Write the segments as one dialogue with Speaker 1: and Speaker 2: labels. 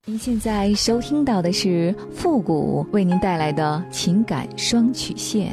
Speaker 1: 您现在收听到的是复古为您带来的情感双曲线。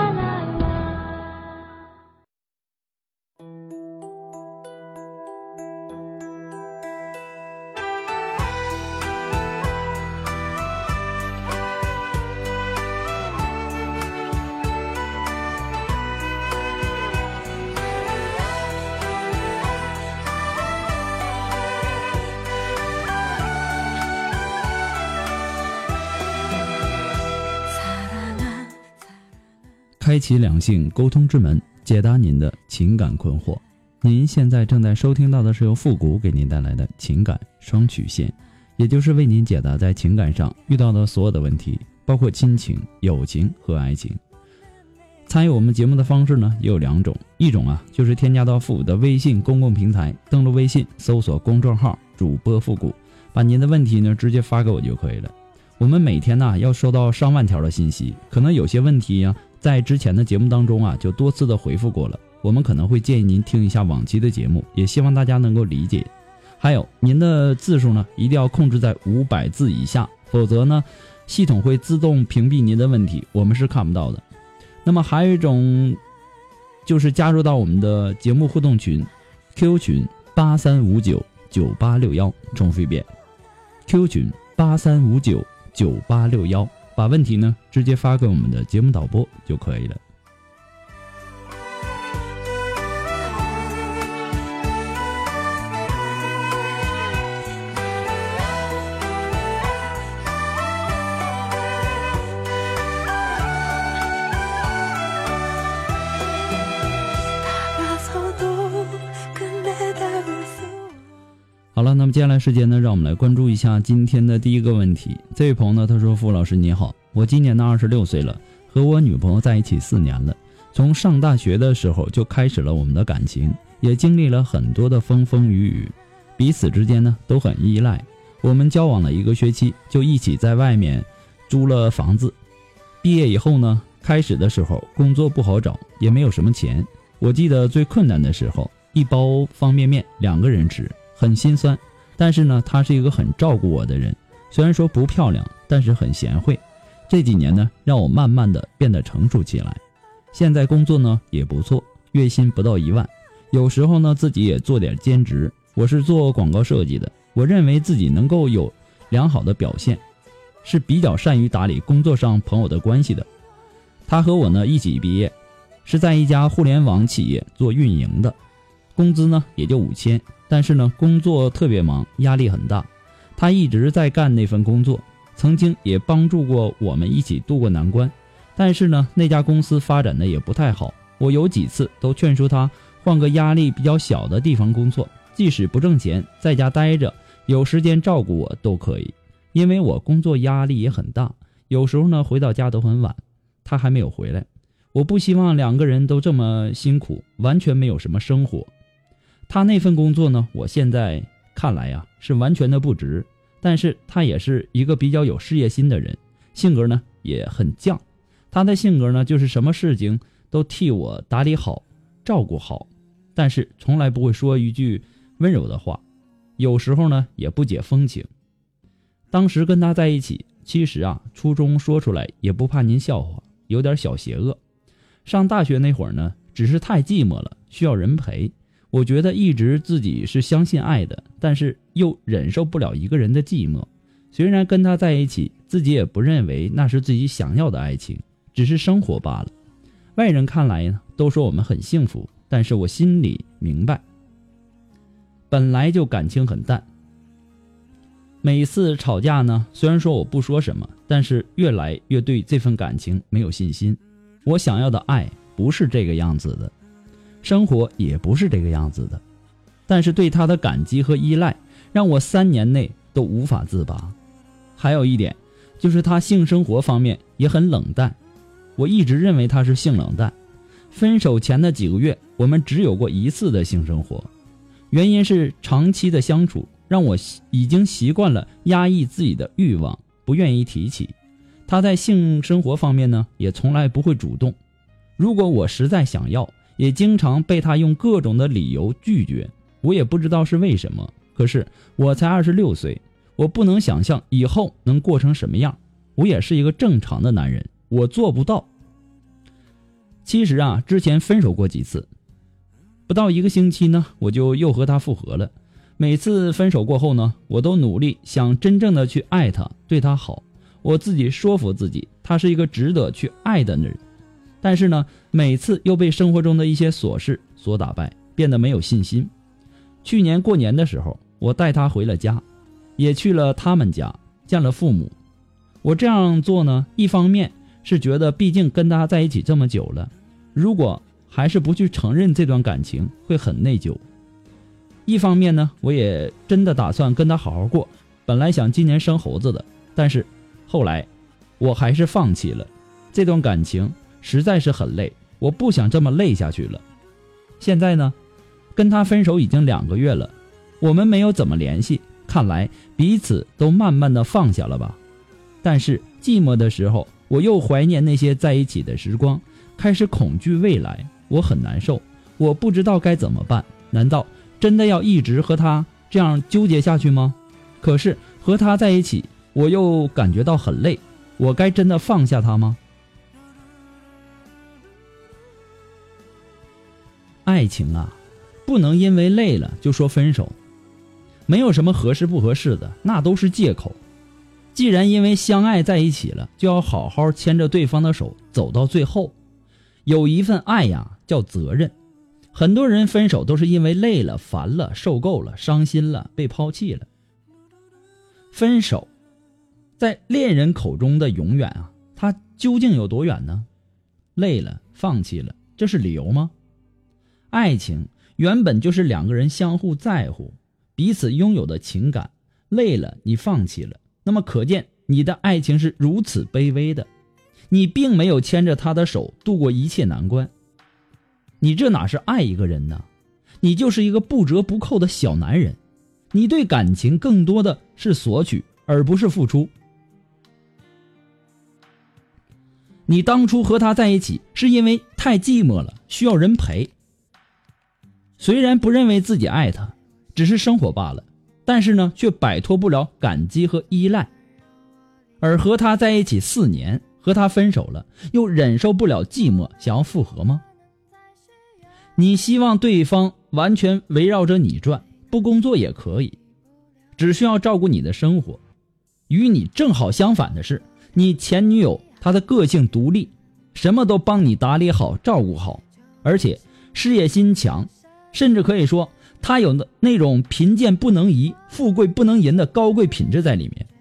Speaker 2: 开启两性沟通之门，解答您的情感困惑。您现在正在收听到的是由复古给您带来的情感双曲线，也就是为您解答在情感上遇到的所有的问题，包括亲情、友情和爱情。参与我们节目的方式呢也有两种，一种就是添加到复古的微信公共平台，登录微信搜索公众号主播复古，把您的问题呢直接发给我就可以了。我们每天要收到上万条的信息，可能有些问题在之前的节目当中就多次的回复过了，我们可能会建议您听一下往期的节目，也希望大家能够理解。还有您的字数呢一定要控制在500字以下，否则呢系统会自动屏蔽您的问题，我们是看不到的。那么还有一种就是加入到我们的节目互动群 QQ 群83599861，重复一遍 QQ 群83599861，把问题呢直接发给我们的节目导播就可以了。好了，那么接下来时间呢，让我们来关注一下今天的第一个问题。这位朋友呢，他说：傅老师你好，我今年呢26岁了，和我女朋友在一起4年了，从上大学的时候就开始了我们的感情，也经历了很多的风风雨雨，彼此之间呢都很依赖。我们交往了1个学期，就一起在外面租了房子。毕业以后呢，开始的时候工作不好找，也没有什么钱。我记得最困难的时候，一包方便面2个人吃，很心酸，但是呢她是一个很照顾我的人，虽然说不漂亮，但是很贤惠。这几年呢让我慢慢的变得成熟起来，现在工作呢也不错，月薪不到1万，有时候呢自己也做点兼职。我是做广告设计的，我认为自己能够有良好的表现，是比较善于打理工作上朋友的关系的。她和我呢一起毕业，是在一家互联网企业做运营的，工资呢也就5000，但是呢工作特别忙，压力很大。他一直在干那份工作，曾经也帮助过我们一起度过难关，但是呢那家公司发展的也不太好，我有几次都劝说他换个压力比较小的地方工作，即使不挣钱，在家待着，有时间照顾我都可以。因为我工作压力也很大，有时候呢回到家都很晚，他还没有回来。我不希望2个人都这么辛苦，完全没有什么生活。他那份工作呢，我现在看来是完全的不值，但是他也是一个比较有事业心的人，性格呢也很犟。他的性格呢就是什么事情都替我打理好，照顾好，但是从来不会说一句温柔的话，有时候呢也不解风情。当时跟他在一起，其实初衷说出来也不怕您笑话，有点小邪恶。上大学那会儿呢，只是太寂寞了，需要人陪。我觉得一直自己是相信爱的，但是又忍受不了一个人的寂寞。虽然跟他在一起，自己也不认为那是自己想要的爱情，只是生活罢了。外人看来呢，都说我们很幸福，但是我心里明白，本来就感情很淡。每次吵架呢，虽然说我不说什么，但是越来越对这份感情没有信心。我想要的爱不是这个样子的，生活也不是这个样子的，但是对他的感激和依赖让我3年内都无法自拔。还有一点就是他性生活方面也很冷淡，我一直认为他是性冷淡。分手前的几个月，我们只有过1次的性生活，原因是长期的相处让我已经习惯了压抑自己的欲望，不愿意提起。他在性生活方面呢也从来不会主动，如果我实在想要，也经常被他用各种的理由拒绝，我也不知道是为什么。可是我才26岁， 我不能想象以后能过成什么样，我也是一个正常的男人，我做不到。其实啊，之前分手过几次，不到1个星期呢，我就又和他复合了。每次分手过后呢，我都努力想真正的去爱他，对他好，我自己说服自己，他是一个值得去爱的人。但是呢，每次又被生活中的一些琐事所打败，变得没有信心。去年过年的时候，我带他回了家，也去了他们家，见了父母。我这样做呢，一方面是觉得毕竟跟他在一起这么久了，如果还是不去承认这段感情，会很内疚。一方面呢，我也真的打算跟他好好过，本来想今年生猴子的，但是后来我还是放弃了。这段感情实在是很累，我不想这么累下去了。现在呢，跟他分手已经2个月了，我们没有怎么联系，看来彼此都慢慢的放下了吧。但是寂寞的时候，我又怀念那些在一起的时光，开始恐惧未来，我很难受，我不知道该怎么办。难道真的要一直和他这样纠结下去吗？可是和他在一起，我又感觉到很累，我该真的放下他吗？爱情啊，不能因为累了就说分手，没有什么合适不合适的，那都是借口。既然因为相爱在一起了，就要好好牵着对方的手走到最后。有一份爱呀，叫责任。很多人分手都是因为累了、烦了、受够了、伤心了、被抛弃了。分手在恋人口中的永远啊，它究竟有多远呢？累了，放弃了，这是理由吗？爱情原本就是2个人相互在乎，彼此拥有的情感，累了你放弃了，那么可见你的爱情是如此卑微的，你并没有牵着他的手度过一切难关。你这哪是爱一个人呢？你就是一个不折不扣的小男人，你对感情更多的是索取，而不是付出。你当初和他在一起是因为太寂寞了，需要人陪。虽然不认为自己爱他，只是生活罢了，但是呢，却摆脱不了感激和依赖。而和他在一起4年，和他分手了，又忍受不了寂寞，想要复合吗？你希望对方完全围绕着你转，不工作也可以，只需要照顾你的生活。与你正好相反的是，你前女友她的个性独立，什么都帮你打理好照顾好，而且事业心强，甚至可以说她有那种贫贱不能移，富贵不能淫的高贵品质在里面。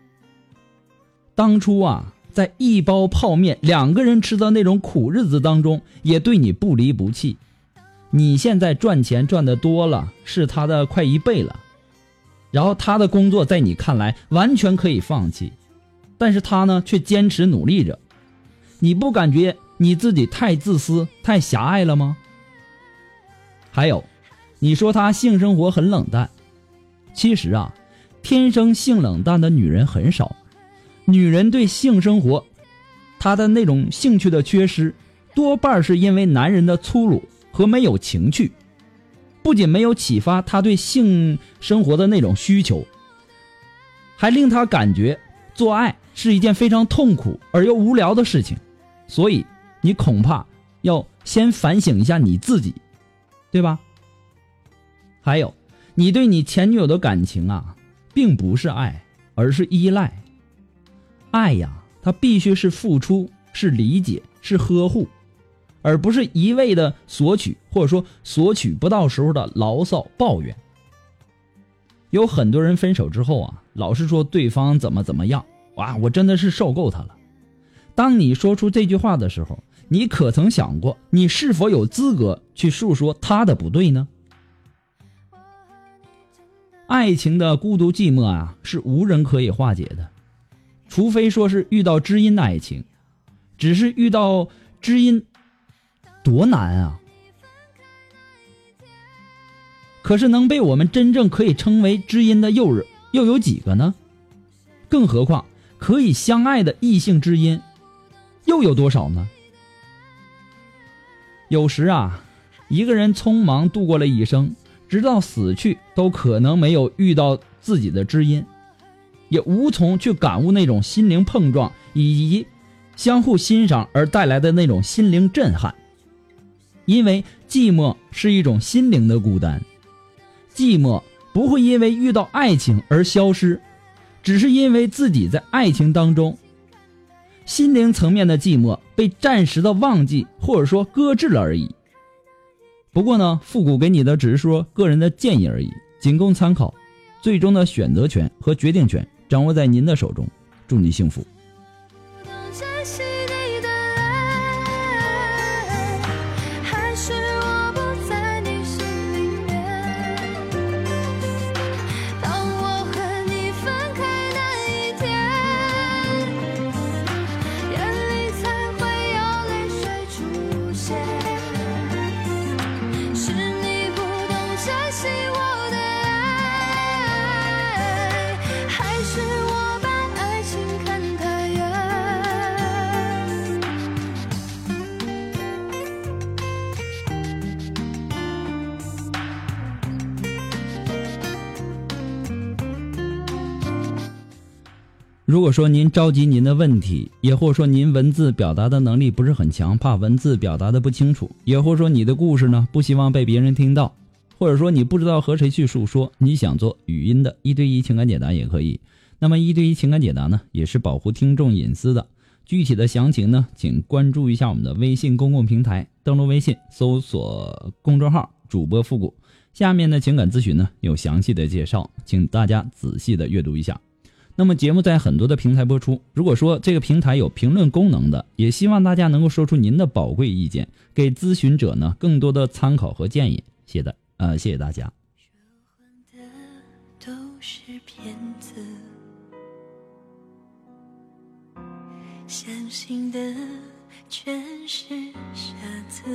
Speaker 2: 当初啊，在一包泡面2个人吃的那种苦日子当中，也对你不离不弃。你现在赚钱赚得多了，是他的快1倍了，然后他的工作在你看来完全可以放弃，但是他呢却坚持努力着。你不感觉你自己太自私太狭隘了吗？还有，你说他性生活很冷淡，其实啊，天生性冷淡的女人很少。女人对性生活她的那种兴趣的缺失，多半是因为男人的粗鲁和没有情趣，不仅没有启发他对性生活的那种需求，还令他感觉做爱是一件非常痛苦而又无聊的事情。所以你恐怕要先反省一下你自己，对吧？还有，你对你前女友的感情啊，并不是爱，而是依赖。爱呀，它必须是付出，是理解，是呵护，而不是一味的索取，或者说索取不到时候的牢骚抱怨。有很多人分手之后啊，老是说对方怎么样，哇，我真的是受够他了。当你说出这句话的时候，你可曾想过，你是否有资格去诉说他的不对呢？爱情的孤独寂寞啊，是无人可以化解的，除非说是遇到知音的爱情。只是遇到知音多难啊！可是能被我们真正可以称为知音的又有几个呢？更何况可以相爱的异性知音又有多少呢？有时啊，一个人匆忙度过了一生，直到死去都可能没有遇到自己的知音。 也无从去感悟那种心灵碰撞以及相互欣赏而带来的那种心灵震撼。因为寂寞是一种心灵的孤单，寂寞不会因为遇到爱情而消失，只是因为自己在爱情当中，心灵层面的寂寞被暂时的忘记或者说搁置了而已。不过呢，复古给你的只是说个人的建议而已，仅供参考，最终的选择权和决定权掌握在您的手中。祝你幸福。如果说您着急您的问题，也或者说您文字表达的能力不是很强，怕文字表达的不清楚，也或者说你的故事呢不希望被别人听到，或者说你不知道和谁去诉说，你想做语音的1对1情感解答也可以。那么1对1情感解答呢也是保护听众隐私的，具体的详情呢请关注一下我们的微信公共平台，登录微信搜索公众号主播复古，下面的情感咨询呢有详细的介绍，请大家仔细的阅读一下。那么节目在很多的平台播出，如果说这个平台有评论功能的，也希望大家能够说出您的宝贵意见，给咨询者呢更多的参考和建议。谢谢大家。
Speaker 3: 说谎的都是骗子，相信的全是傻子。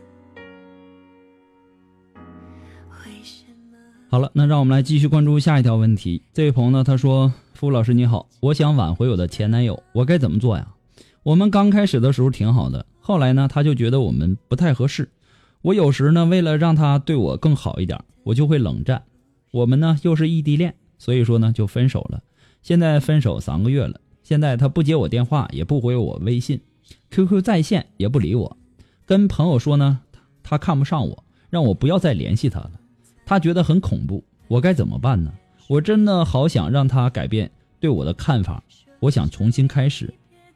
Speaker 3: 为什么？
Speaker 2: 好了，那让我们来继续关注下一条问题。这位朋友呢，他说：付老师你好，我想挽回我的前男友，我该怎么做呀？我们刚开始的时候挺好的，后来呢他就觉得我们不太合适，我有时呢为了让他对我更好一点，我就会冷战，我们呢又是异地恋，所以说呢就分手了。现在分手3个月了，现在他不接我电话，也不回我微信， QQ 在线也不理我，跟朋友说呢他看不上我，让我不要再联系他了，他觉得很恐怖，我该怎么办呢？我真的好想让他改变对我的看法，我想重新开始。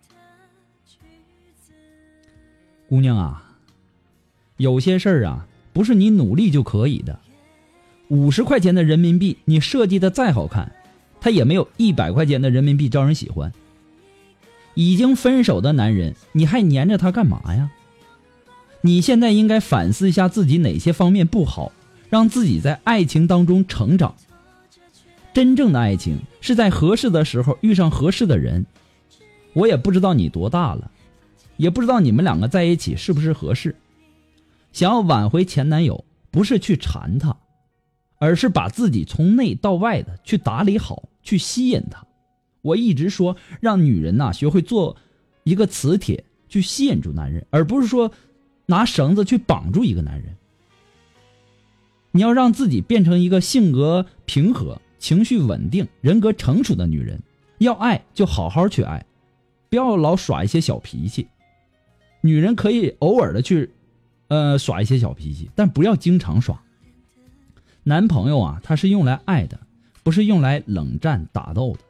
Speaker 2: 姑娘啊，有些事儿啊不是你努力就可以的。50块钱的人民币你设计的再好看，它也没有100块钱的人民币招人喜欢。已经分手的男人，你还黏着他干嘛呀？你现在应该反思一下自己哪些方面不好，让自己在爱情当中成长。真正的爱情是在合适的时候遇上合适的人。我也不知道你多大了，也不知道你们两个在一起是不是合适。想要挽回前男友，不是去缠他，而是把自己从内到外的去打理好，去吸引他。我一直说让女人呐学会做一个磁铁去吸引住男人，而不是说拿绳子去绑住一个男人。你要让自己变成一个性格平和、情绪稳定、人格成熟的女人。要爱就好好去爱，不要老耍一些小脾气。女人可以偶尔的去耍一些小脾气，但不要经常耍。男朋友啊，他是用来爱的，不是用来冷战打斗的。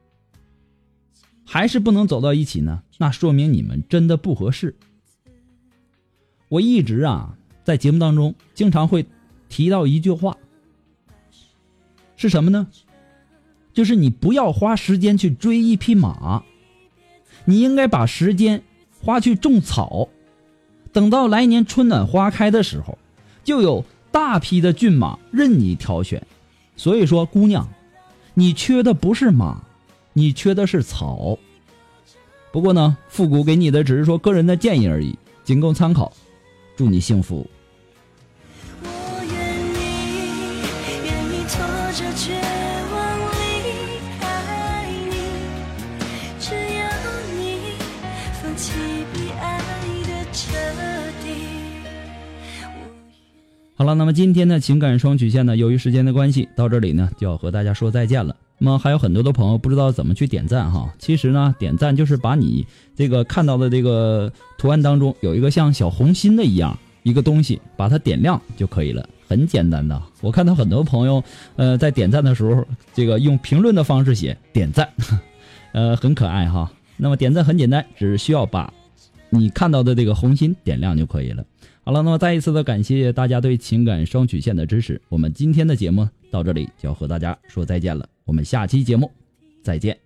Speaker 2: 还是不能走到一起呢，那说明你们真的不合适。我一直啊在节目当中经常会提到一句话，是什么呢？就是你不要花时间去追一匹马，你应该把时间花去种草，等到来年春暖花开的时候，就有大批的骏马任你挑选。所以说姑娘，你缺的不是马，你缺的是草。不过呢，复古给你的只是说个人的建议而已，仅供参考。祝你幸福。
Speaker 3: 我愿意拖着绝望离开你，只要你放弃比爱的彻底。
Speaker 2: 好了，那么今天的情感双曲线呢，由于时间的关系，到这里呢就要和大家说再见了。那么还有很多的朋友不知道怎么去点赞哈，其实呢点赞就是把你这个看到的这个图案当中有一个像小红心的一样一个东西，把它点亮就可以了，很简单的。我看到很多朋友在点赞的时候，这个用评论的方式写点赞，很可爱哈。那么点赞很简单，只需要把你看到的这个红心点亮就可以了。好了，那么再一次的感谢大家对情感双曲线的支持，我们今天的节目到这里就要和大家说再见了，我们下期节目再见。